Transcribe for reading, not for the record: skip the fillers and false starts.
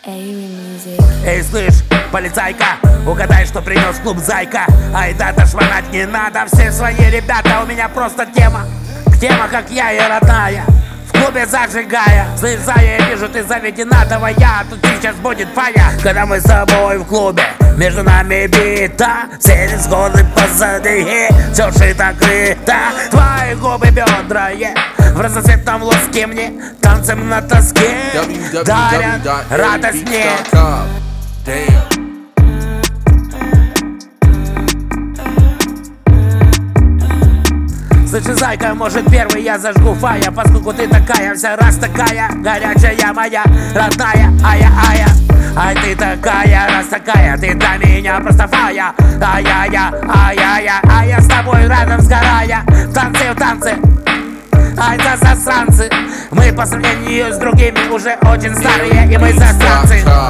Эй, слышь, полицайка, угадай, что принес в клуб зайка. Ай да, швырять не надо, все свои ребята. У меня просто тема, как я и родная. В клубе зажигая, слышь, зая, я вижу, ты заведена, давай я, тут сейчас будет фая. Когда мы с тобой в клубе, между нами бита, все сгоны позади, все шито крыто. Твои губы бедра, в разноцветном лоске мне танцем на тоске дарят радость мне. Слышь, зайка, может первый я зажгу фая, поскольку ты такая, вся раз такая, горячая моя родная, ая-ая. Ай, ты такая, раз такая, ты для меня просто фая. Ай-я-я, ай-я-я, а я с тобой рядом сгорая. В танце, ай да засранцы. Мы по сравнению с другими уже очень старые, и мы засранцы.